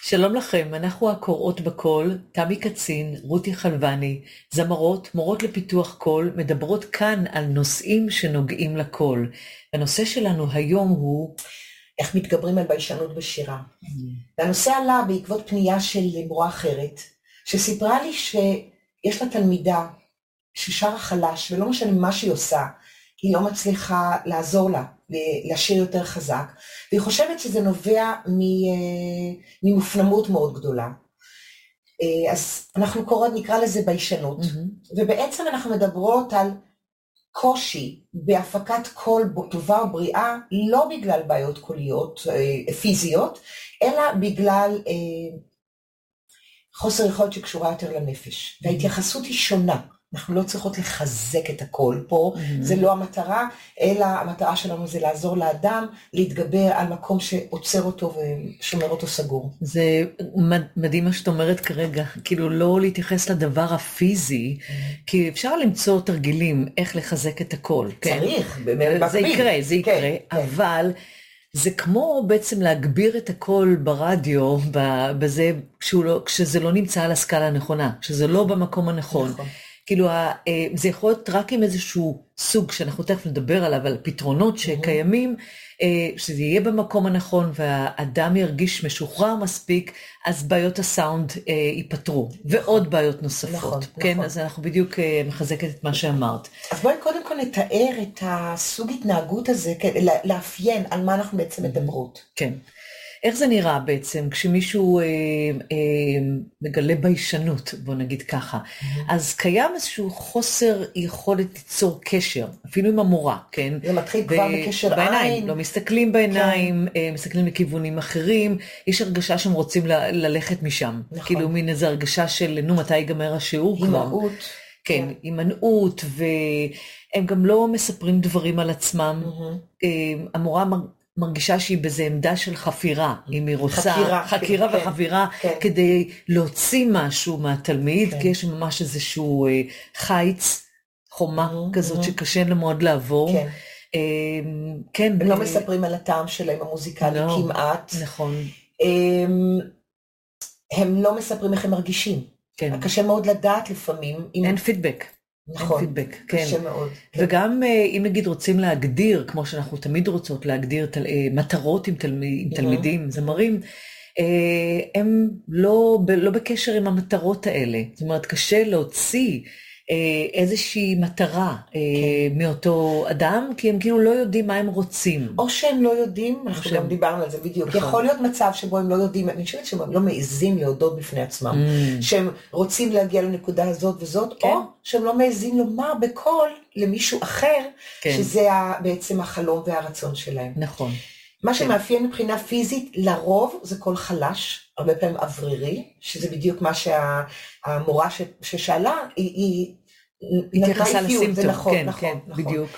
שלום לכם, אנחנו הקוראות בקול, תמי קצין, רותי חלבני, זמרות, מורות לפיתוח קול, מדברות כאן על נושאים שנוגעים לקול. הנושא שלנו היום הוא איך מתגברים על ביישנות בשירה. והנושא עלה בעקבות פנייה של מורה אחרת, שסיפרה לי שיש לה תלמידה ששרה חלש, ולא משנה מה שהיא עושה, היא לא מצליחה לעזור לה, לשיר יותר חזק, והיא חושבת שזה נובע ממופנמות מאוד גדולה. אז אנחנו קוראות, נקרא לזה ביישנות, ובעצם אנחנו מדברות על קושי בהפקת קול טובה או בריאה, לא בגלל בעיות קוליות פיזיות, אלא בגלל חוסר יכולת שקשורה יותר לנפש. וההתייחסות היא שונה. אנחנו לא צריכות לחזק את הקול פה, זה לא המטרה, אלא המטרה שלנו זה לעזור לאדם, להתגבר על מקום שעוצר אותו ושומר אותו סגור. זה מדהים מה שאת אומרת כרגע, כאילו לא להתייחס לדבר הפיזי, כי אפשר למצוא תרגילים איך לחזק את הקול. צריך, זה יקרה, אבל זה כמו בעצם להגביר את הקול ברדיו, בזה, כשזה לא נמצא על הסקאלה הנכונה, כשזה לא במקום הנכון. כאילו, זה יכול להיות רק עם איזשהו סוג שאנחנו תכף נדבר עליו, על פתרונות שקיימים, שזה יהיה במקום הנכון, והאדם ירגיש משוחרר מספיק, אז בעיות הסאונד ייפטרו, ועוד בעיות נוספות. כן, אז אנחנו בדיוק מחזקת את מה שאמרת. אז בואי קודם כל נתאר את הסוג התנהגות הזה, לאפיין על מה אנחנו בעצם מדברות. כן. איך זה נראה בעצם כשמישהו מגלה ביישנות, בוא נגיד ככה, אז קיים איזשהו חוסר יכולת ליצור קשר, אפילו עם המורה, כן? זה מתחיל כבר בקשר עין. לא מסתכלים בעיניים, מסתכלים לכיוונים אחרים, יש הרגשה שהם רוצים ללכת משם, כאילו מין איזו הרגשה של נו מתי ייגמר השיעור כבר. הימנעות. כן, הימנעות, והם גם לא מספרים דברים על עצמם, המורה מרגישה שהיא באיזו עמדה של חפירה, אם היא רוצה, חקירה וחפירה, כדי להוציא משהו מהתלמיד, כי יש ממש איזשהו חיץ, חומה כזאת שקשה מאוד לעבור. הם לא מספרים על הטעם שלהם המוזיקלי כמעט. נכון. הם לא מספרים איך הם מרגישים. קשה מאוד לדעת לפעמים. אין פידבק. נכון, פידבק, קשה מאוד. וגם אם נגיד רוצים להגדיר, כמו שאנחנו תמיד רוצות להגדיר מטרות עם תלמידים, זמרים, הם לא בקשר עם המטרות האלה. זאת אומרת, קשה להוציא איזושהי מטרה מאותו אדם, כי הם כאילו לא יודעים מה הם רוצים. או שהם לא יודעים, אנחנו גם דיברנו על זה בדיוק, יכול להיות מצב שבו הם לא יודעים, אני חושבת שהם לא מעזים להודות בפני עצמם, שהם רוצים להגיע לנקודה הזאת וזאת, או שהם לא מעזים לומר בקול למישהו אחר, שזה בעצם החלום והרצון שלהם. נכון. מה שמאפיין מבחינה פיזית, לרוב זה קול חלש, הרבה פעמים אוורירי, שזה בדיוק מה שהמורה ששאלה, היא התייחסה לסימפטום, זה נכון, בדיוק.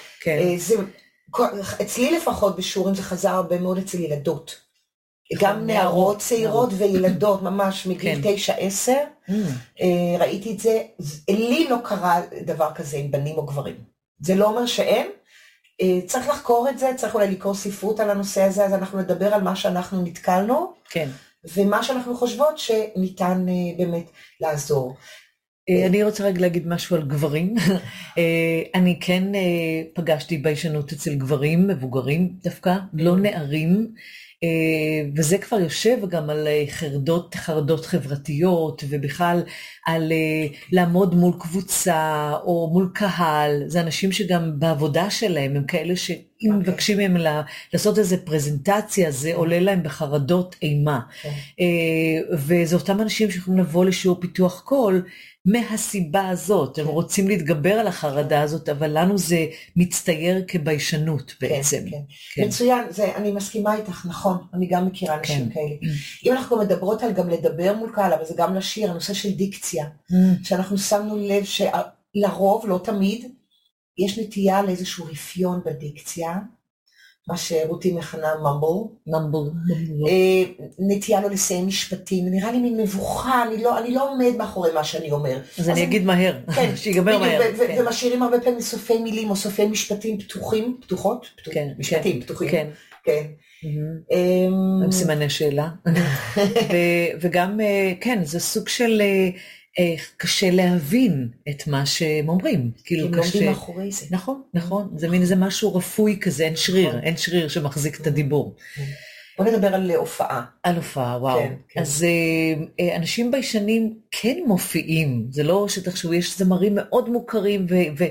אצלי לפחות בשיעורים זה חזר הרבה מאוד אצל ילדות, גם נערות צעירות וילדות ממש מגיל 9-10, ראיתי את זה, לי לא קרה דבר כזה עם בנים או גברים, זה לא אומר שאין, צריך לחקור את זה, צריך אולי לקרוא ספרות על הנושא הזה, אז אנחנו נדבר על מה שאנחנו נתקלנו, ומה שאנחנו חושבות שניתן באמת לעזור. אני רוצה רגע להגיד משהו על גברים. אני כן פגשתי ביישנות אצל גברים, מבוגרים דווקא, לא נערים, וזה כבר יושב גם על חרדות חברתיות, ובכלל על לעמוד מול קבוצה או מול קהל. זה אנשים שגם בעבודה שלהם הם כאלה שאם מבקשים מהם לעשות איזו פרזנטציה, זה עולה להם בחרדות אימה. וזה אותם אנשים שיכולים לבוא לשיעור פיתוח קול, מהסיבה הזאת, הם רוצים להתגבר על החרדה הזאת, אבל לנו זה מצטייר כביישנות בעצם. מצוין, אני מסכימה איתך, נכון, אני גם מכירה אנשים כאלה. אם אנחנו מדברות על גם לדבר מול קהל, אבל זה גם לשיר, הנושא של דיקציה, שאנחנו שמנו לב שלרוב, לא תמיד, יש נטייה לאיזשהו רפיון בדיקציה, מה שרותי מכנה ממבל. נטייה לו לסיים משפטים, נראה לי מין מבוכה, אני לא עומד מאחורי מה שאני אומר. אז אני אגיד מהר, שיגמר מהר. ומשאירים הרבה פעמים סופי מילים או סופי משפטים פתוחות? משפטים פתוחים. כן. עם סימני שאלה. וגם, כן, זה סוג של קשה להבין את מה שהם אומרים. כאילו לא עומדים מאחורי זה. נכון. זה מין איזה משהו רפוי כזה, אין שריר שמחזיק את הדיבור. בוא נדבר על הופעה. על הופעה, וואו. כן. אז אנשים ביישנים כן מופיעים, זה לא שתחשבו, יש זמרים מאוד מוכרים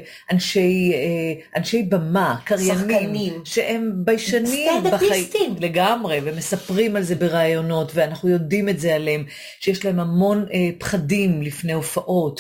ואנשי במה, קריינים, שחקנים, שהם ביישנים סטנדאפיסטים. לגמרי, ומספרים על זה ברעיונות, ואנחנו יודעים את זה עליהם, שיש להם המון פחדים לפני הופעות,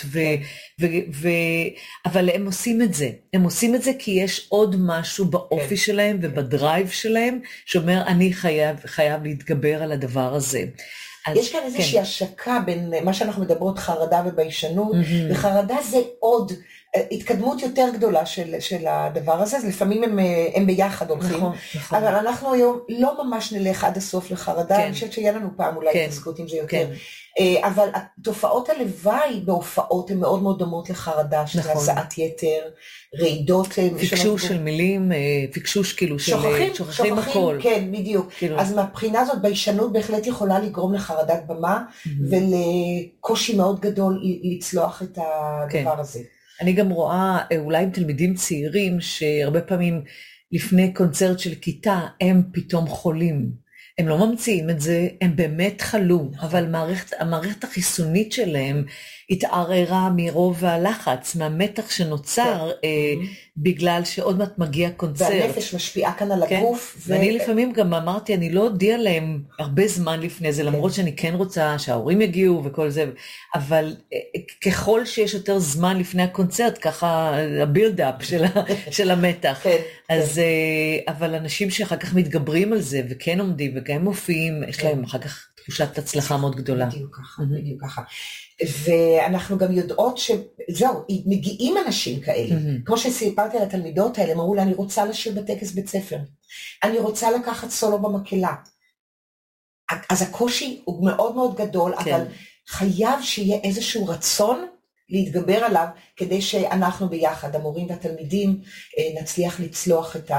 אבל הם עושים את זה כי יש עוד משהו באופי שלהם ובדרייב שלהם, שאומר אני חייב להתגבר על הדבר הזה. יש כאן איזושהי השקה בין מה שאנחנו מדברות חרדה וביישנות, וחרדה זה עוד התקדמות יותר גדולה של הדבר הזה, אז לפעמים הם ביחד הולכים, אבל אנחנו היום לא ממש נלך עד הסוף לחרדה, אני חושבת שיהיה לנו פעם אולי התעסקות עם זה יותר, אבל תופעות הלוואי בהופעות הן מאוד מאוד דומות לחרדה, שזה הזעת יתר, רעידות, פיקשוש של מילים, פיקשוש כאילו של שוכחים הכל. כן, בדיוק. אז מהבחינה הזאת ביישנות בהחלט יכולה לגרום לחרדת במה, ולקושי מאוד גדול לצלוח את הדבר הזה. אני גם רואה אולי עם תלמידים צעירים שהרבה פעמים לפני קונצרט של כיתה הם פתאום חולים. הם לא ממציאים את זה, הם באמת חלו, אבל המערכת החיסונית שלהם התערערה מרוב הלחץ, מהמתח שנוצר, בגלל שעוד מעט מגיע קונצרט. והנפש משפיעה כאן על הגוף. ואני לפעמים גם אמרתי, אני לא הודיע להם הרבה זמן לפני זה, למרות שאני כן רוצה שההורים יגיעו וכל זה, אבל ככל שיש יותר זמן לפני הקונצרט, ככה הבילדאפ של המתח. אז, אבל אנשים שאחר כך מתגברים על זה, וכן עומדים וגם מופיעים, יש להם אחר כך תחושת הצלחה מאוד גדולה. בדיוק ככה. ואנחנו גם יודעות שזהו, מגיעים אנשים כאלה, כמו שסיפרתי על התלמידות האלה, הם אמרו לה, אני רוצה לשיר בטקס בית ספר, אני רוצה לקחת סולו במקהלה, אז הקושי הוא מאוד מאוד גדול, אבל חייב שיהיה איזשהו רצון להתגבר עליו, כדי שאנחנו ביחד, המורים והתלמידים, נצליח לצלוח את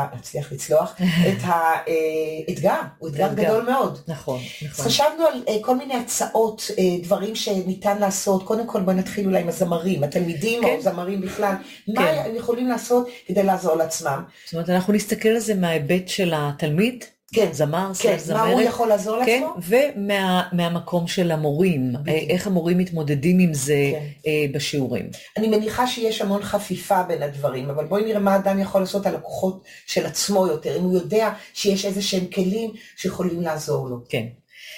האתגר, הוא אתגר גדול מאוד. נכון. חשבנו על כל מיני הצעות, דברים שניתן לעשות, קודם כל בוא נתחיל אולי עם הזמרים, התלמידים או זמרים בכלל, מה הם יכולים לעשות כדי לעזור לעצמם? זאת אומרת, אנחנו נסתכל על זה מההיבט של התלמיד, זמר, זמרת, מה הוא יכול לעזור לעצמו? ומהמקום של המורים, איך המורים מתמודדים עם זה בשיעורים. אני מניחה שיש המון חפיפה בין הדברים, אבל בואי נראה מה אדם יכול לעשות על הכוחות של עצמו יותר, אם הוא יודע שיש איזה שהם כלים שיכולים לעזור לו. כן.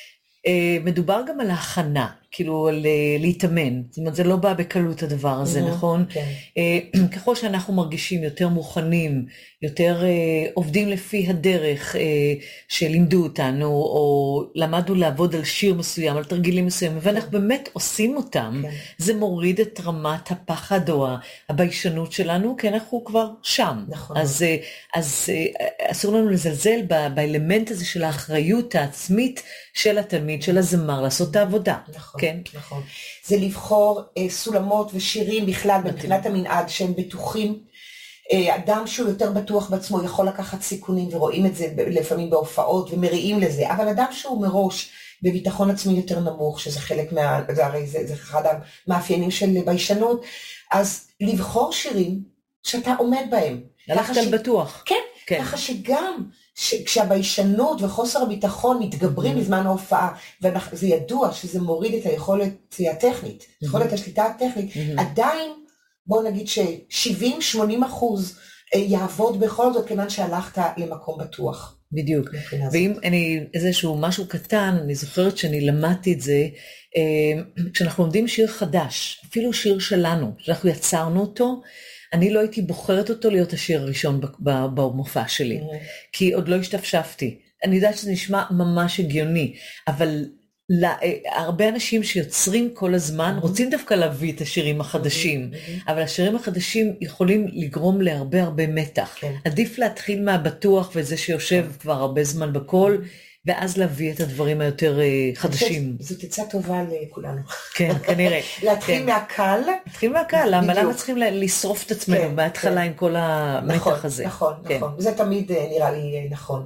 מדובר גם על ההכנה, כאילו על להתאמן, זאת אומרת זה לא בא בקלות הדבר הזה, נכון? ככל שאנחנו מרגישים יותר מוכנים, יותר עובדים לפי הדרך שלימדו אותנו, או למדנו לעבוד על שיר מסוים, על תרגילים מסוימים, ואנחנו באמת עושים אותם, זה מוריד את רמת הפחד או הביישנות שלנו, כי אנחנו כבר שם. אז אסור לנו לזלזל באלמנט הזה של האחריות העצמית של התלמיד, של הזמר, לעשות את העבודה. נכון. זה לבחור סולמות ושירים בכלל, מבחינת המנעד שהם בטוחים, אדם שהוא יותר בטוח בעצמו יכול לקחת סיכונים, ורואים את זה לפעמים בהופעות ומריעים לזה, אבל אדם שהוא מראש בביטחון עצמי יותר נמוך, שזה חלק זה אחד המאפיינים של ביישנות, אז לבחור שירים שאתה עומד בהם. ללכת על בטוח. כן, ככה שגם כשהביישנות וחוסר הביטחון מתגברים בזמן ההופעה, וזה ידוע שזה מוריד את היכולת הטכנית, יכולת השליטה הטכנית, עדיין בואו נגיד ש70-80% יעבוד בכל זאת, כיוון שהלכת למקום בטוח. בדיוק. ואם אני איזשהו משהו קטן, אני זוכרת שאני למדתי את זה, כשאנחנו לומדים שיר חדש, אפילו שיר שלנו, שאנחנו יצרנו אותו, אני לא הייתי בוחרת אותו להיות השיר הראשון במופע שלי, כי עוד לא השתפשפתי. אני יודעת שזה נשמע ממש הגיוני, אבל הרבה אנשים שיוצרים כל הזמן רוצים דווקא להביא את השירים החדשים, אבל השירים החדשים יכולים לגרום להרבה הרבה מתח. עדיף להתחיל מהבטוח וזה שיושב כבר הרבה זמן בכל, ואז להביא את הדברים היותר חדשים. זאת עצה טובה לכולנו. כן, כנראה. להתחיל מהקל. להתחיל מהקל, למה צריכים לשרוף את עצמנו בהתחלה עם כל המתח הזה. נכון. זה תמיד נראה לי נכון.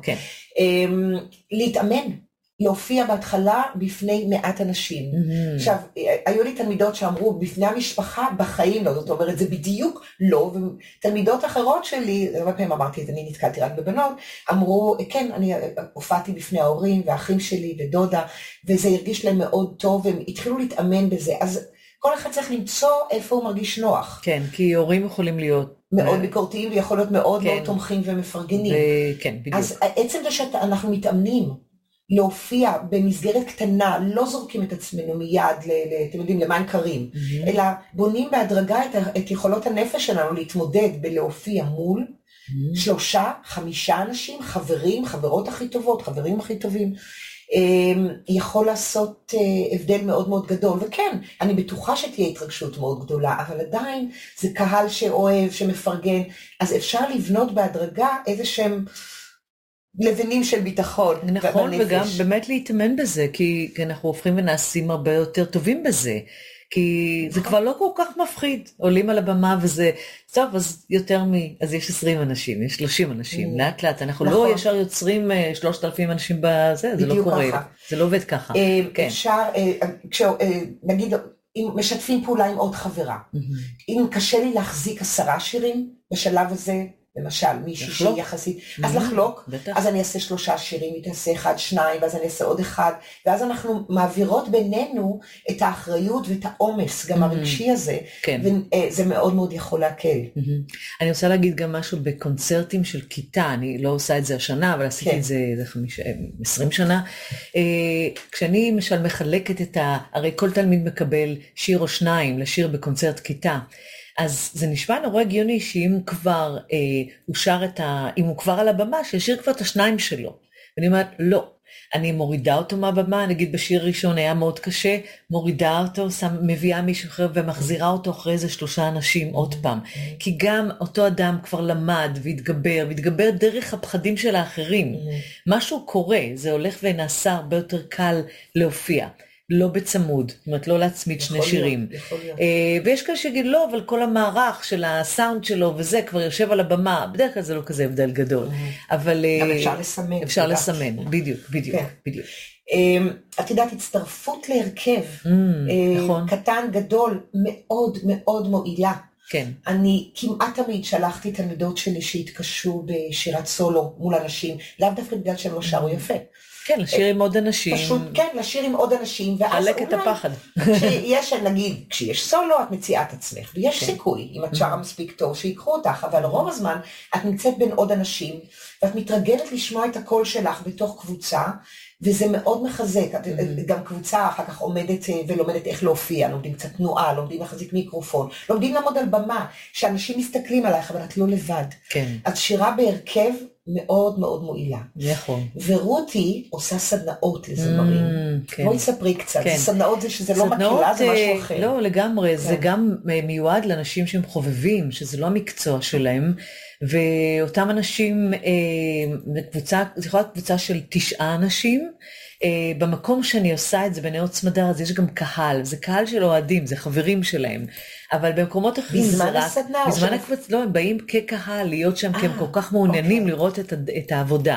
להתאמן. להופיע בהתחלה בפני מעט אנשים. עכשיו, היו לי תלמידות שאמרו, בפני המשפחה בחיים לא, זאת אומרת, זה בדיוק לא, ותלמידות אחרות שלי, הרבה פעמים אמרתי את זה, אני נתקלתי רק בבנות, אמרו, כן, אני הופעתי בפני ההורים והאחים שלי ודודה, וזה הרגיש להם מאוד טוב, והם התחילו להתאמן בזה, אז כל אחד צריך למצוא איפה הוא מרגיש נוח. כן, כי הורים יכולים להיות מאוד ביקורתיים, ויכול להיות מאוד מאוד תומכים ומפרגנים. כן, בדיוק. אז עצם זה שאנחנו מתאמנים, להופיע במסגרת קטנה, לא זורקים את עצמנו מיד, אתם יודעים, למים קרים, אלא בונים בהדרגה את יכולות הנפש שלנו להתמודד בלהופיע מול 3, 5 אנשים, חברים, חברות הכי טובות, חברים הכי טובים, יכול לעשות הבדל מאוד מאוד גדול, וכן, אני בטוחה שתהיה התרגשות מאוד גדולה, אבל עדיין זה קהל שאוהב, שמפרגן, אז אפשר לבנות בהדרגה איזה שהם לבנים של ביטחון. נכון, וגם באמת להתאמן בזה, כי אנחנו הופכים ונעשים הרבה יותר טובים בזה, כי זה כבר לא כל כך מפחיד, עולים על הבמה וזה, טוב, אז אז יש 20 אנשים, יש 30 אנשים, לאט לאט, אנחנו לא ישר יוצרים 3,000 אנשים בזה, זה לא קורה, זה לא עובד ככה. אפשר, נגיד, אם משתפים פעולה עם עוד חברה, אם קשה לי להחזיק 10 שירים בשלב הזה, למשל, מישהי שהיא יחסית, אז לחלוק, אז אני אעשה 3 שירים, היא תעשה 1, 2, ואז אני אעשה עוד 1, ואז אנחנו מעבירות בינינו את האחריות ואת העומס, גם הרגשי הזה, וזה מאוד מאוד יכול להקל. אני רוצה להגיד גם משהו בקונצרטים של כיתה, אני לא עושה את זה השנה, אבל עשיתי את זה 20 שנה, כשאני למשל מחלקת הרי כל תלמיד מקבל שיר או 2 לשיר בקונצרט כיתה, אז זה נשמע נורא הגיוני שאם כבר אם הוא כבר על הבמה, שישיר כבר את 2 שלו. ואני אומרת, לא, אני מורידה אותו מהבמה, נגיד בשיר ראשון היה מאוד קשה, מורידה אותו, מביאה מישהו אחר ומחזירה אותו אחרי איזה 3 אנשים עוד פעם. כי גם אותו אדם כבר למד והתגבר דרך הפחדים של האחרים. משהו קורה, זה הולך ונעשה הרבה יותר קל להופיע. לא בצמוד, זאת אומרת לא להצמיד 2 שירים. ויש כאלה שיגיד לא, אבל כל המערך של הסאונד שלו וזה כבר יושב על הבמה, בדרך כלל זה לא כזה הבדל גדול. אבל אפשר לסמן. אפשר לסמן, בדיוק. את יודעת, הצטרפות להרכב, קטן גדול, מאוד מאוד מועילה. כן. אני כמעט תמיד שלחתי את תלמידות שלי שהתקשו בשירת סולו מול אנשים, לאו דווקא בגלל שהם לא שרו יפה. כן, לשיר עם עוד אנשים. פשוט, כן, לשיר עם עוד אנשים, ואז חלק את הפחד. שיש, נגיד, כשיש סולו, את מציעה את עצמך, ויש סיכוי, אם את שרה מספיק טוב, שיקחו אותך, אבל רוב הזמן, את נמצאת בין עוד אנשים, ואת מתרגלת לשמוע את הקול שלך בתוך קבוצה, וזה מאוד מחזק, גם קבוצה אחר כך עומדת ולומדת איך להופיע, לומדים קצת תנועה, לומדים להחזיק מיקרופון, לומדים לעמוד על במה, שאנשים מסתכלים עלייך, אבל את לא לבד. כן. אז שירה בהרכב מאוד מאוד מועילה. נכון. ורותי עושה סדנאות לזמרים. בואי תספרי קצת, סדנאות זה שזה לא מקהלה, זה משהו אחר. לא, לגמרי, זה גם מיועד לאנשים שהם חובבים, שזה לא המקצוע שלהם, ואותם אנשים, זה יכולה להיות קבוצה של 9 אנשים, במקום שאני עושה את זה בנאות סמדר, אז יש גם קהל, זה קהל של אוהדים, זה חברים שלהם, אבל במקומות אחרים בזמן הסדנה? בזמן הקבוצה, לא, הם באים כקהל, להיות שם, כי הם כל כך מעוניינים לראות את העבודה.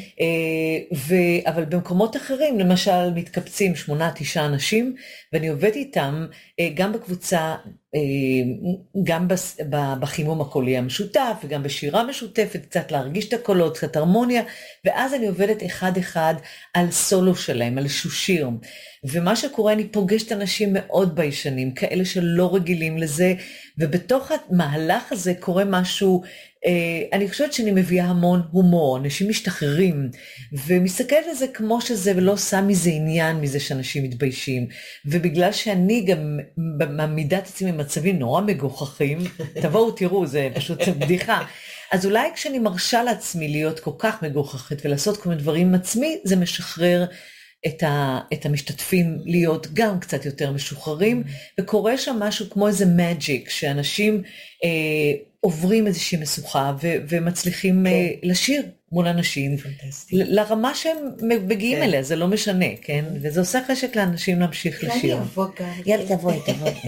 אבל במקומות אחרים, למשל, מתקבצים 8-9 אנשים, ואני עובדת איתם גם בקבוצה, גם בחימום הקולי המשותף, וגם בשירה משותפת, קצת להרגיש את הקולות, קצת הרמוניה, ואז אני עובדת אחד על סולו שלהם, על איזשהו שיר. ומה שקורה, אני פוגשת אנשים מאוד ביישנים, כאלה שלא רגילים לזה, ובתוך המהלך הזה קורה משהו, אני חושבת שאני מביאה המון הומור, אנשים משתחררים, ומסתכלת על זה כמו שזה, ולא עושה מזה עניין מזה שאנשים מתביישים, ובגלל שאני גם מעמידה את עצמי במצבים נורא מגוחכים, תבואו תראו, זה פשוט בדיחה, אז אולי כשאני מרשה לעצמי להיות כל כך מגוחכת, ולעשות כל מיני דברים עם עצמי, זה משחרר את המשתתפים להיות גם קצת יותר משוחררים, וקורה שם משהו כמו איזה מג'יק, שאנשים עוברים איזושהי משוכה, ומצליחים לשיר מול אנשים, לרמה שהם מגיעים אליה, זה לא משנה, כן? וזה עושה חשק לאנשים להמשיך לשיר. יאללה, תבואי.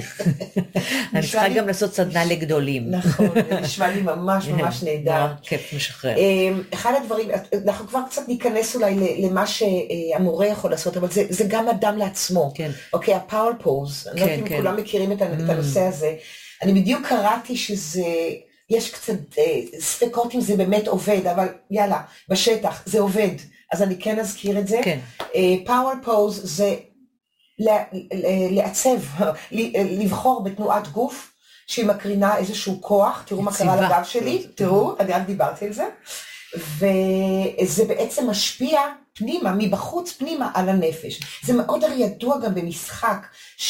אני צריכה גם לעשות סדנה לגדולים. נכון, זה נשמע לי ממש ממש נהדר. כיף משחרר. אחד הדברים, אנחנו כבר קצת ניכנס אולי למה שהמורה יכול לעשות, אבל זה גם אדם לעצמו. אוקיי, הפאוור פוז, אני לא יודעת אם כולם מכירים את הנושא הזה. אני בדיוק קראתי שזה... יש קצת ספקות אם זה באמת עובד, אבל יאללה, בשטח זה עובד, אז אני כן אזכיר את זה. Power Pose זה לעצב, לבחור בתנועת גוף, שהיא מקרינה איזשהו כוח, תראו מה קרה לגב שלי, תראו, אני רק דיברתי על זה, וזה בעצם משפיע פנימה, מבחוץ פנימה על הנפש. זה מאוד ידוע גם במשחק,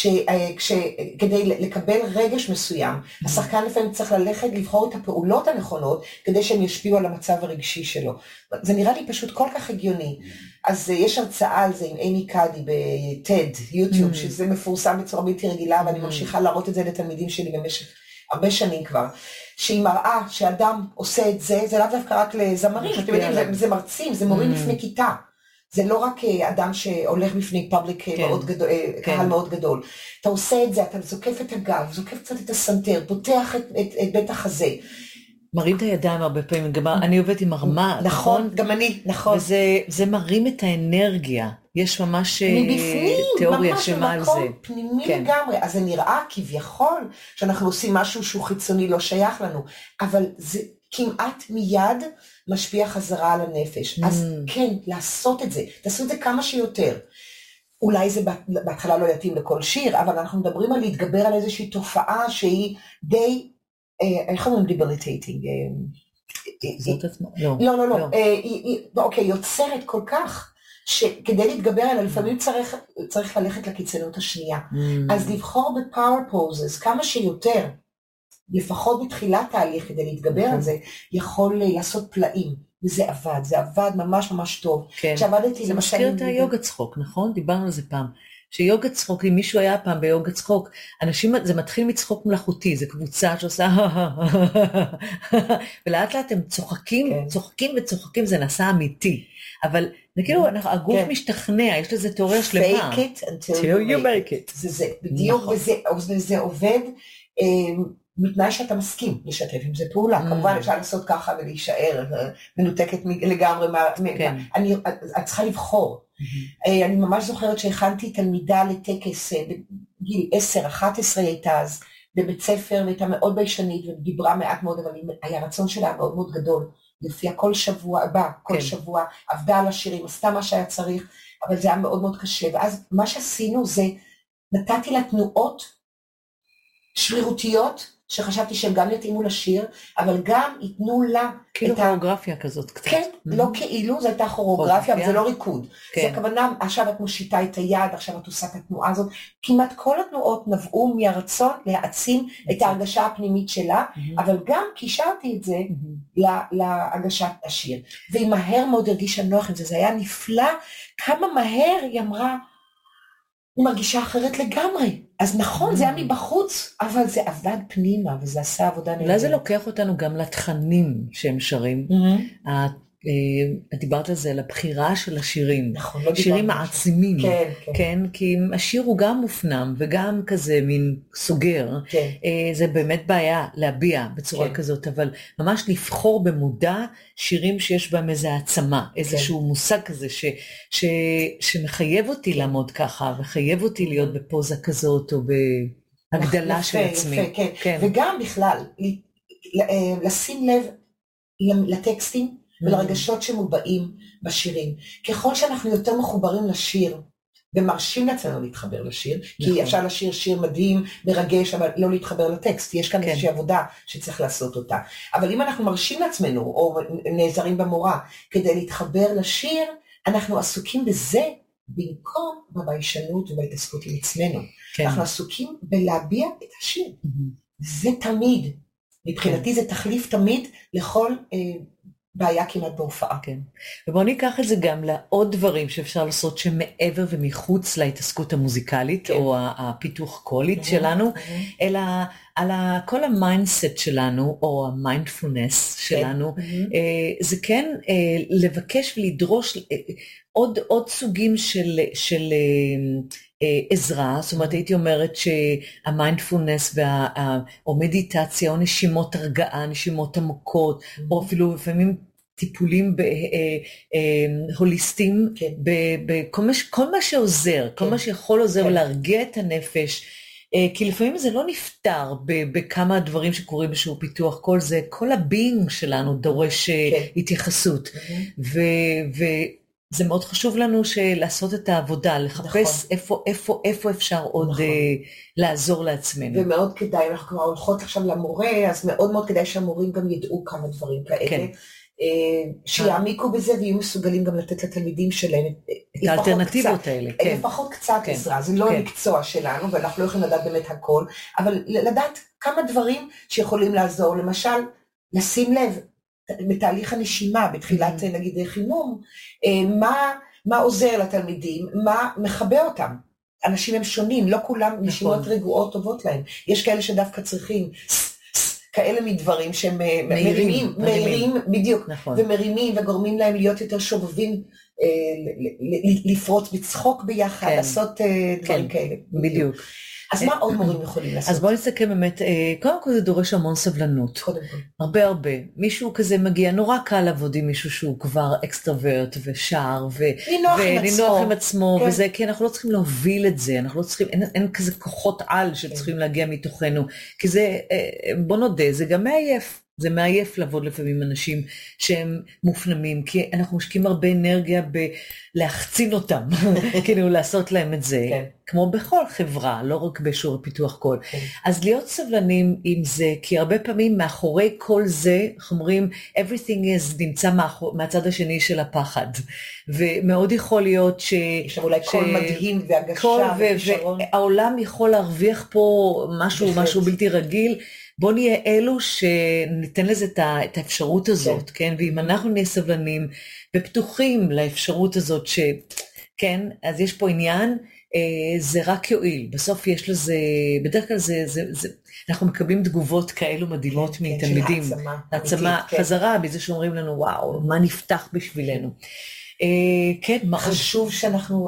כדי לקבל רגש מסוים, השחקן לפעמים צריך ללכת לבחור את הפעולות הנכונות, כדי שהם ישפיעו על המצב הרגשי שלו. זה נראה לי פשוט כל כך הגיוני. אז יש הרצאה על זה עם אימי קאדי בטד, יוטיוב, שזה מפורסם בצורה בלתי רגילה, ואני ממשיכה להראות את זה לתלמידים שלי במשך הרבה שנים כבר, שהיא מראה שאדם עושה את זה, זה לאו דווקא רק לזמרים, אתם יודעים, זה מרצים, זה מורים לפני כיתה. זה לא רק אדם שהולך בפני פאבליק מאוד גדול, קהל מאוד גדול. אתה עושה את זה, אתה זוקף את הגב, זוקף קצת את הסנטר, פותח את בית החזה. מרים את הידיים הרבה פעמים, אני עובדת עם הרמה, נכון? גם אני, נכון. וזה מרים את האנרגיה, יש ממש תיאוריה שמה על זה. ממש במקום פנימי לגמרי, אז זה נראה כביכול שאנחנו עושים משהו שהוא חיצוני, לא שייך לנו, אבל זה כמעט מיד משפיע חזרה על הנפש. אז כן, לעשות את זה, תעשו את זה כמה שיותר. אולי זה בהתחלה לא יתאים לכל שיר, אבל אנחנו מדברים על להתגבר על איזושהי תופעה שהיא די, איך אומרים debilitating? לא. אוקיי, יוצרת כל כך, שכדי להתגבר עליה, לפעמים צריך ללכת לקיצונות השנייה. אז לבחור ב-power poses כמה שיותר, לפחות בתחילת תהליך כדי להתגבר על זה, יכול לעשות פלאים, וזה עבד, זה עבד ממש ממש טוב. זה מזכיר את היוגה צחוק, נכון? דיברנו על זה פעם. שיוגה צחוק, אם מישהו היה פעם ביוגה צחוק, אנשים, זה מתחיל מצחוק מלאכותי, זה קבוצה שעושה ולאט לאט הם צוחקים, זה נעשה אמיתי. אבל זה כאילו, הגוף משתכנע, יש לזה תיאוריה שלמה. Fake it until you make it. זה בדיוק, וזה עובד, מתנאי שאתה מסכים לשתף עם זה פעולה. כמובן אפשר לעשות ככה ולהישאר מנותקת לגמרי. את צריכה לבחור. אני ממש זוכרת שהכנתי תלמידה לטקס בגיל 10-11 הייתה אז בבית ספר, והייתה מאוד ביישנית ודיברה מעט מאוד, אבל היה רצון שלה מאוד מאוד גדול. יופיע כל שבוע, כל שבוע, עבדה על השירים, עשתה מה שהיה צריך, אבל זה היה מאוד מאוד קשה. ואז מה שעשינו זה, נתתי לה תנועות שרירותיות, שחשבתי שהם גם יתאימו לשיר, אבל גם ייתנו לה כאילו כוריאוגרפיה כזאת קצת. כן, לא כאילו, זו הייתה כוריאוגרפיה, אבל זה לא ריקוד. זה הכוונה, עכשיו את מושיטה את היד, עכשיו את עושה את התנועה הזאת, כמעט כל התנועות נבעו מהרצון להעצים את ההרגשה הפנימית שלה, אבל גם קישרתי את זה להרגשת השיר. והיא מהר מאוד הרגישה נוח עם זה, זה היה נפלא, כמה מהר היא אמרה, היא מרגישה אחרת לגמרי. אז נכון, זה היה מבחוץ, אבל זה עבד פנימה, וזה עשה עבודה נהדרת. אולי זה לוקח אותנו גם לתכנים שהם שרים. את דיברת על זה, לבחירה של השירים. נכון, לא שירים מעצימים. כן, כי השיר הוא גם מופנם, וגם כזה מין סוגר. זה באמת בעיה להביע בצורה כזאת, אבל ממש לבחור במודע שירים שיש בהם איזו העצמה, איזשהו מושג כזה שמחייב אותי לעמוד ככה, וחייב אותי להיות בפוזה כזאת, או בהגדלה של עצמי. וגם בכלל, לשים לב לטקסטים, ולרגשות שמובעים בשירים. ככל שאנחנו יותר מחוברים לשיר, ומרשים לעצמנו להתחבר לשיר, כי אפשר לשיר שיר מדהים, מרגש, אבל לא להתחבר לטקסט, יש כאן איזושהי עבודה שצריך לעשות אותה. אבל אם אנחנו מרשים לעצמנו, או נעזרים במורה, כדי להתחבר לשיר, אנחנו עסוקים בזה, במקום בביישנות ובהתעסקות עם עצמנו. אנחנו עסוקים בלהביע את השיר. זה תמיד, מבחינתי זה תחליף תמיד לכל בעיה כמעט בהופעה. כן. ובואו ניקח את זה גם לעוד דברים שאפשר לעשות שמעבר ומחוץ להתעסקות המוזיקלית, כן. או הפיתוח קולית שלנו, אלא על כל המיינדסט שלנו, או המיינדפולנס שלנו, זה כן לבקש ולדרוש עוד סוגים של עזרה, זאת אומרת הייתי אומרת שהמיינדפולנס או מדיטציה או נשימות הרגעה, נשימות עמוקות, או אפילו לפעמים טיפולים הוליסטיים, כל מה שעוזר, כל מה שיכול עוזר להרגיע את הנפש, כי לפעמים זה לא נפתר בכמה דברים שקורים בשיעור פיתוח, כל הביינג שלנו דורש התייחסות, זה מאוד חשוב לנו לעשות את העבודה, לחפש איפה אפשר עוד לעזור לעצמנו. ומאוד כדאי, אנחנו כבר הולכות עכשיו למורה, אז מאוד מאוד כדאי שהמורים גם ידעו כמה דברים כאלה, שיעמיקו בזה ויהיו מסוגלים גם לתת לתלמידים שלהם את האלטרנטיבות האלה. לפחות קצת עזרה, זה לא המקצוע שלנו, ואנחנו לא יכולים לדעת באמת הכל, אבל לדעת כמה דברים שיכולים לעזור, למשל, לשים לב, בתהליך הנשימה, בתחילת נגיד חימום, מה עוזר לתלמידים, מה מחבא אותם. אנשים הם שונים, לא כולם נשימות רגועות טובות להם. יש כאלה שדווקא צריכים כאלה מדברים שהם מהירים, בדיוק, ומרימים וגורמים להם להיות יותר שובבים, לפרוץ בצחוק ביחד, לעשות דברים כאלה. בדיוק. אז מה עוד מורים יכולים לעשות? אז בואו נסתכל באמת, קודם כל זה דורש המון סבלנות. קודם כל. הרבה. מישהו כזה מגיע, נורא קל לעבוד עם מישהו שהוא כבר אקסטרוורט ושר, ונינוח עם עצמו, וזה, כי אנחנו לא צריכים להוביל את זה, אנחנו לא צריכים, אין כזה כוחות על שצריכים להגיע מתוכנו, כי זה, בוא נודה, זה גם מעייף. זה מעייף לעבוד לפעמים אנשים שהם מופנמים, כי אנחנו משקיעים הרבה אנרגיה בלהחצין אותם, כאילו לעשות להם את זה, כמו בכל חברה, לא רק בשיעור פיתוח קול. אז להיות סבלנים עם זה, כי הרבה פעמים מאחורי כל זה, אנחנו אומרים, everything is נמצא מהצד השני של הפחד, ומאוד יכול להיות יש אולי קול מדהים והגשה וכישרון. והעולם יכול להרוויח פה משהו בלתי רגיל, בוא נהיה אלו שניתן לזה את האפשרות הזאת, כן? ואם אנחנו נהיה סבלנים ופתוחים לאפשרות הזאת כן, אז יש פה עניין, זה רק יועיל. בסוף יש לזה, בדרך כלל אנחנו מקבלים תגובות כאלו מדהימות מתלמידים. העצמה, חזרה, בזה שאומרים לנו, וואו, מה נפתח בשבילנו. כן, חשוב שאנחנו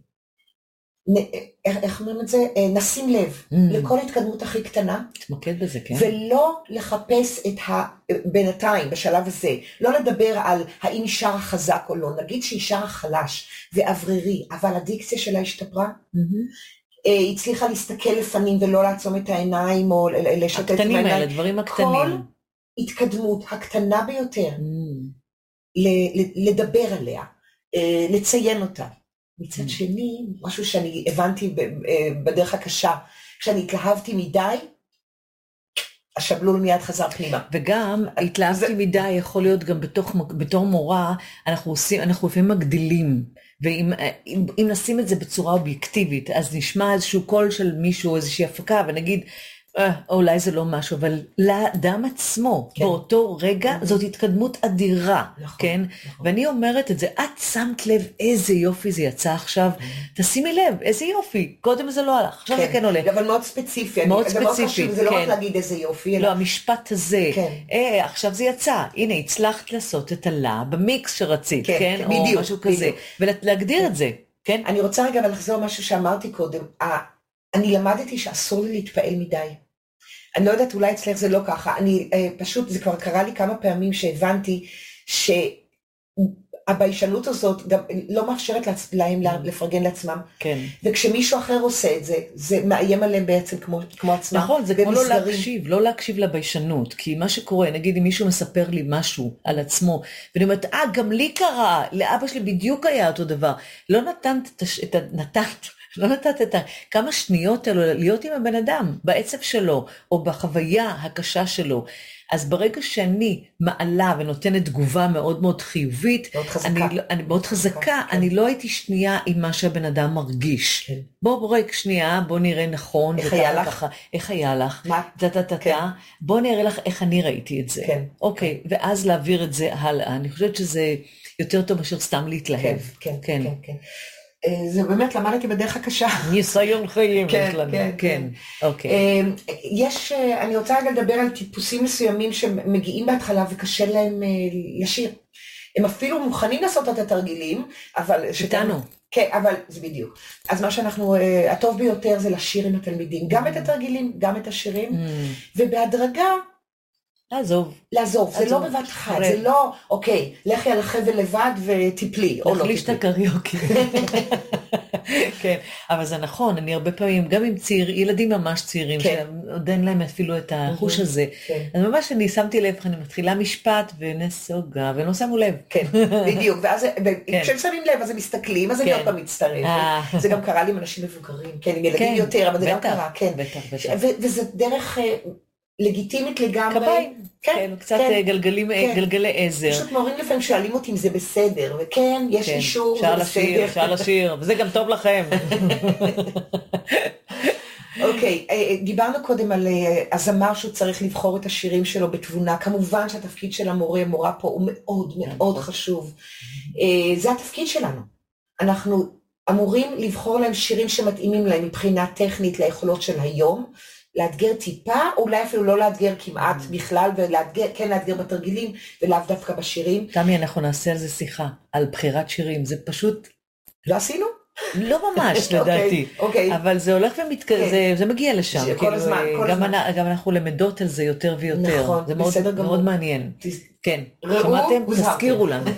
איך אומרים את זה? נשים לב לכל התקדמות הכי קטנה. תתמקד בזה, כן. ולא לחפש את בינתיים, בשלב הזה. לא לדבר על האם היא שרה חזק או לא. נגיד שהיא שרה חלש ואוורירי, אבל הדיקציה שלה השתפרה. היא הצליחה להסתכל לפנים ולא לעצום את העיניים או לשתת הקטנים האלה, דברים הקטנים. כל התקדמות הקטנה ביותר, לדבר עליה, לציין אותה. מצד שני, משהו שאני הבנתי בדרך הקשה, כשאני התלהבתי מדי, השבלול מיד חזר פנימה. וגם התלהבתי מדי יכול להיות גם בתור מורה, אנחנו לפעמים מגדילים, ואם נשים את זה בצורה אובייקטיבית, אז נשמע איזשהו קול של מישהו, איזושהי הפקה, ונגיד, אולי זה לא משהו, אבל לאדם עצמו, באותו רגע, זאת התקדמות אדירה, כן? ואני אומרת את זה, את שמת לב איזה יופי זה יצא עכשיו, תשימי לב, איזה יופי, קודם זה לא הלך, עכשיו זה כן עולה. אבל מאוד ספציפי, מאוד ספציפי, זה לא רק להגיד איזה יופי. לא, המשפט הזה, עכשיו זה יצא, הנה, הצלחת לעשות את הלה במיקס שרצית, כן? או משהו כזה, ולהגדיר את זה, כן? אני רוצה רגע לחזור משהו שאמרתי קודם, אני למדתי שאסור לי להתפעל מדי. אני לא יודעת, אולי אצלך זה לא ככה, פשוט, זה כבר קרה לי כמה פעמים שהבנתי שהביישנות הזאת גם לא מאפשרת להם לפרגן לעצמם. כן. וכשמישהו אחר עושה את זה, זה מאיים עליהם בעצם כמו עצמם. נכון, זה כמו לא להקשיב לביישנות, כי מה שקורה, נגיד אם מישהו מספר לי משהו על עצמו, ואני אומרת, גם לי קרה, לאבא שלי בדיוק היה אותו דבר, לא נתת את כמה שניות האלו להיות עם הבן אדם, בעצב שלו, או בחוויה הקשה שלו. אז ברגע שאני מעלה ונותנת תגובה מאוד מאוד חיובית, אני מאוד חזקה, אני לא הייתי שנייה עם מה שהבן אדם מרגיש. בוא רגע שנייה, בוא נראה נכון. איך היה לך? איך היה לך? בוא נראה לך איך אני ראיתי את זה. אוקיי, ואז להעביר את זה הלאה. אני חושבת שזה יותר טוב מאשר סתם להתלהב. כן. זה באמת, למדתי בדרך הקשה. ניסיון חיים. כן. אוקיי. אני רוצה רגע לדבר על טיפוסים מסוימים שמגיעים בהתחלה וקשה להם לשיר. הם אפילו מוכנים לעשות את התרגילים, אבל... איתנו. כן, אבל זה בדיוק. אז מה שאנחנו, הטוב ביותר זה לשיר עם התלמידים, גם את התרגילים, גם את השירים, ובהדרגה... לעזוב, זה לא בבת אחת, זה לא, אוקיי, לכי על החבל לבד וטיפלי, או לא טיפלי. להחליש את הקריוקי. כן, אבל זה נכון, אני הרבה פעמים, גם עם ילדים ממש צעירים, שעוד אין להם אפילו את החוש הזה, אז ממש אני שמתי לב, אני מתחילה משפט ונסוגה, ולא שמו לב. כן, בדיוק, ואז כשהם שמים לב, אז הם מסתכלים, אז אני עוד פעם מצטרף. זה גם קרה לי עם אנשים מבוגרים, כן, עם ילדים יותר, אבל זה גם קרה, כן. וזה דרך... לגיטימית לגמרי. קביים, כן, קצת גלגלי עזר. פשוט מורים לפעמים שואלים אותי אם זה בסדר, וכן, יש אישור, זה בסדר. אפשר לשיר, וזה גם טוב לכם. אוקיי, דיברנו קודם על הזמר שהוא צריך לבחור את השירים שלו בתבונה, כמובן שהתפקיד של המורה פה הוא מאוד מאוד חשוב. זה התפקיד שלנו. אנחנו אמורים לבחור להם שירים שמתאימים להם מבחינה טכנית ליכולות של היום, לאתגר טיפה, אולי אפילו לא לאתגר כמעט בכלל, וכן לאתגר בתרגילים, ולאו דווקא בשירים. תמי, אנחנו נעשה על זה שיחה, על בחירת שירים, זה פשוט... לא עשינו? לא ממש, לדעתי. אבל זה הולך זה מגיע לשם. כל הזמן. גם אנחנו למדות על זה יותר ויותר. נכון, זה מאוד מעניין. כן, שמעתם? תזכירו לנו.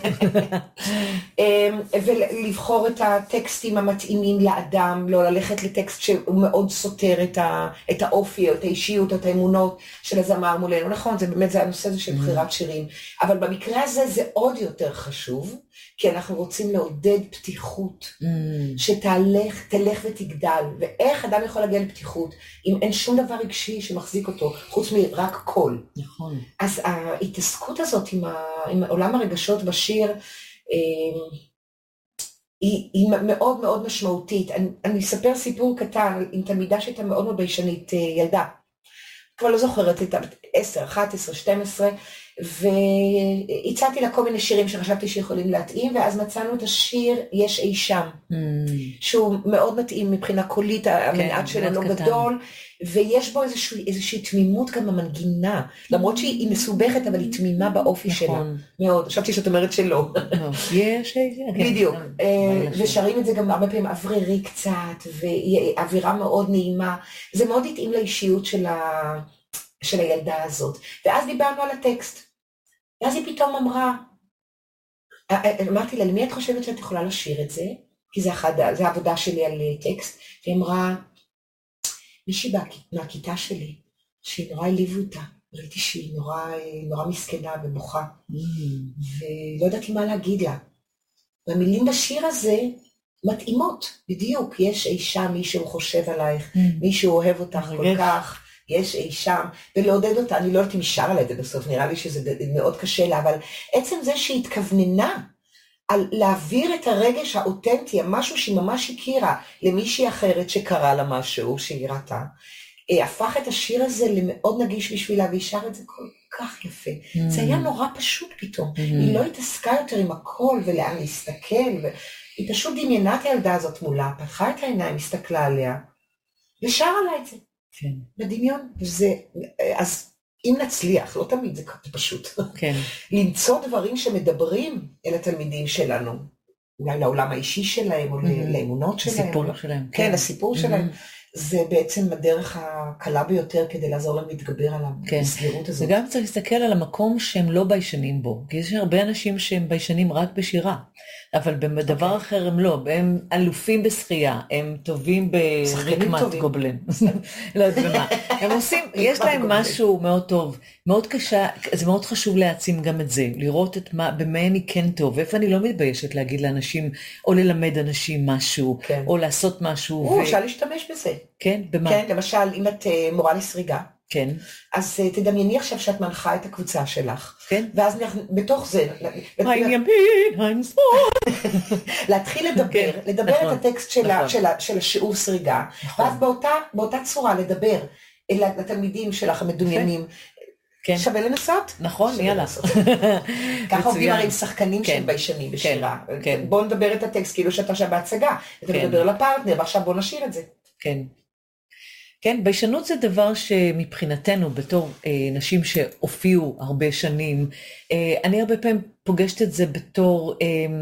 ולבחור את הטקסטים המתאימים לאדם, לא ללכת לטקסט שהוא מאוד סותר את האופי, או את האישיות, או את האמונות של הזמר מולנו. נכון, זה באמת, זה הנושא הזה של בחירת שירים. אבל במקרה הזה זה עוד יותר חשוב, כי אנחנו רוצים לעודד פתיחות, שתלך ותגדל. ואיך אדם יכול להגיע לפתיחות, אם אין שום דבר רגשי שמחזיק אותו, חוץ מרק קול. נכון. אז ההתעסקות הזאת עם עולם הרגשות בשיר, היא מאוד מאוד משמעותית. אני אספר סיפור קטן עם תלמידה שהייתה מאוד מאוד ביישנית, ילדה. כבר לא זוכרת, הייתה 10, 11, 12, והצעתי לה כל מיני שירים שחשבתי שיכולים להתאים, ואז מצאנו את השיר יש אי שם, שהוא מאוד מתאים מבחינה קולית, המנעד שלו לא גדול, ויש בו איזושהי תמימות גם במנגינה, למרות שהיא מסובכת, אבל היא תמימה באופי שלה, מאוד, חשבתי שאת אומרת שלא. יש אי שם. בדיוק, ושרים את זה גם הרבה פעמים אוורירי קצת, ואווירה מאוד נעימה, זה מאוד התאים לאישיות של הילדה הזאת, ואז דיברנו על הטקסט, ואז היא פתאום אמרה, אמרתי לה, למי את חושבת שאת יכולה לשיר את זה? כי זה העבודה שלי על טקסט, והיא אמרה, מישהי מהכיתה שלי, שהיא נורא הליבו אותה, ראיתי שהיא נורא מסכנה ובוכה, ולא ידעתי מה להגיד לה. והמילים בשיר הזה מתאימות, בדיוק, יש אי שם מישהו חושב עלייך, מישהו אוהב אותך כל כך, יש אי שם, ולעודד אותה, אני לא יודעת אם היא שרה לה את זה בסוף, נראה לי שזה מאוד קשה לה, אבל עצם זה שהיא התכווננה על להעביר את הרגש האותנטי, משהו שהיא ממש הכירה למישהי אחרת שקרה לה משהו שהיא ראתה, הפך את השיר הזה למאוד נגיש בשבילה, והיא שר את זה כל כך יפה. זה היה נורא פשוט פתאום, היא לא התעסקה יותר עם הכל ולאן להסתכל, היא פשוט דמיינה את הילדה הזאת מולה, פתחה את העיניים, הסתכלה עליה, ושרה לה את זה. בדמיון, אז אם נצליח, לא תמיד זה פשוט, למצוא דברים שמדברים אל התלמידים שלנו, אולי לעולם האישי שלהם, או לאמונות שלהם, הסיפור שלהם, כן, הסיפור שלהם, זה בעצם הדרך הקלה ביותר כדי לעזור להם להתגבר על המסגרות הזאת. וגם צריך להסתכל על המקום שהם לא ביישנים בו, כי יש הרבה אנשים שהם ביישנים רק בשירה, אבל בדבר אחר הם לא, הם אלופים בשחייה, הם טובים ברקמת גובלן, לא יודעת במה, הם עושים, יש להם משהו מאוד טוב, מאוד קשה, זה מאוד חשוב להעצים גם את זה, לראות במה אני כן טוב, איפה אני לא מתביישת להגיד לאנשים, או ללמד אנשים משהו, או לעשות משהו. אפשר להשתמש בזה. כן, במה? כן, למשל, אם את מורה לסריגה, כן. אז תדמייני עכשיו שאת מנחה את הקבוצה שלך. כן. ואז בתוך זה... I'm ימין, I'm שמאל. להתחיל לדבר את הטקסט של השיעור סריגה, ואז באותה צורה לדבר אל התלמידים שלך המדומיינים. שווה לנסות? נכון, יאללה. ככה עובדים הרי עם שחקנים שהם ביישנים בשירה. בוא נדבר את הטקסט כאילו שאתה עכשיו בהצגה, אתה מדבר לפרטנר, ועכשיו בוא נשאיר את זה. כן. כן, ביישנות זה דבר שמבחינתנו, בתור נשים שהופיעו הרבה שנים, אני הרבה פעמים פוגשת את זה בתור,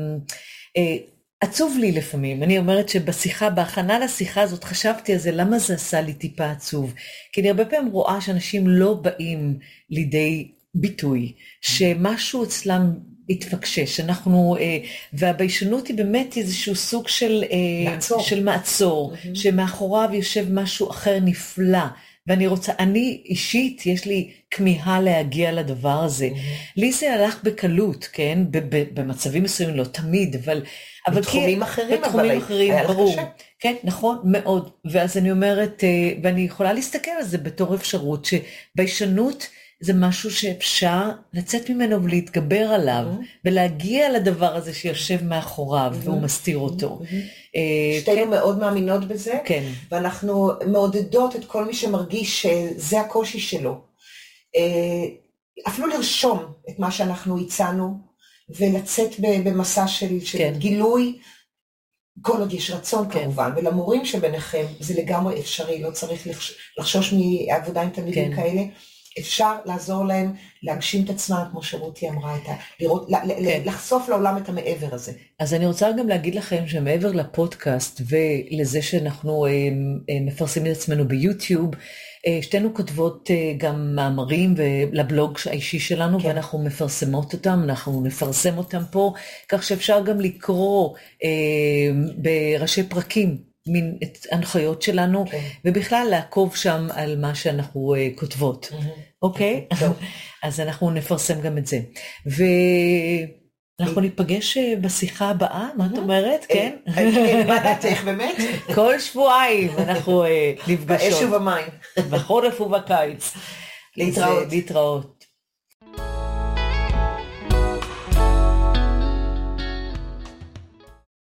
עצוב לי לפעמים. אני אומרת שבשיחה, בהכנה לשיחה הזאת, חשבתי על זה, למה זה עשה לי טיפה עצוב? כי אני הרבה פעמים רואה שאנשים לא באים לידי ביטוי, שמשהו אצלם התפקשש, והביישנות היא באמת איזשהו סוג של מעצור, שמאחוריו יושב משהו אחר נפלא, ואני רוצה, אני אישית, יש לי כמיהה להגיע לדבר הזה. לי זה הלך בקלות, כן? במצבים מסוימים, לא תמיד, אבל בתחומים אחרים, ברור. כן, נכון, מאוד. ואז אני אומרת, ואני יכולה להסתכל על זה בתור אפשרות, שביישנות זה משהו שאפשר לצאת ממנו ולהתגבר עליו, ולהגיע לדבר הזה שיושב מאחוריו, והוא מסתיר אותו. שתינו מאוד מאמינות בזה, ואנחנו מעודדות את כל מי שמרגיש שזה הקושי שלו. אפילו לרשום את מה שאנחנו הצענו, ולצאת במסע של גילוי, כל עוד יש רצון כמובן, ולמורים שביניכם זה לגמרי אפשרי, לא צריך לחשוש מעבודה עם תלמידים כאלה, אפשר לעזור להם להגשים את עצמם, כמו שרותי אמרה, לחשוף לעולם את המעבר הזה. אז אני רוצה גם להגיד לכם שמעבר לפודקאסט ולזה שאנחנו מפרסמים את עצמנו ביוטיוב, שתינו כותבות גם מאמרים לבלוג האישי שלנו, ואנחנו מפרסמות אותם, אנחנו נפרסם אותם פה, כך שאפשר גם לקרוא בראשי פרקים, מן את הנחיות שלנו, ובכלל לעקוב שם על מה שאנחנו כותבות. אוקיי? אז אנחנו נפרסם גם את זה. ואנחנו ניפגש בשיחה הבאה, מה את אומרת? כן? מה דעתך באמת? כל שבועיים אנחנו נפגשות. באש ובמים. בחורף ובקיץ. להתראות. להתראות.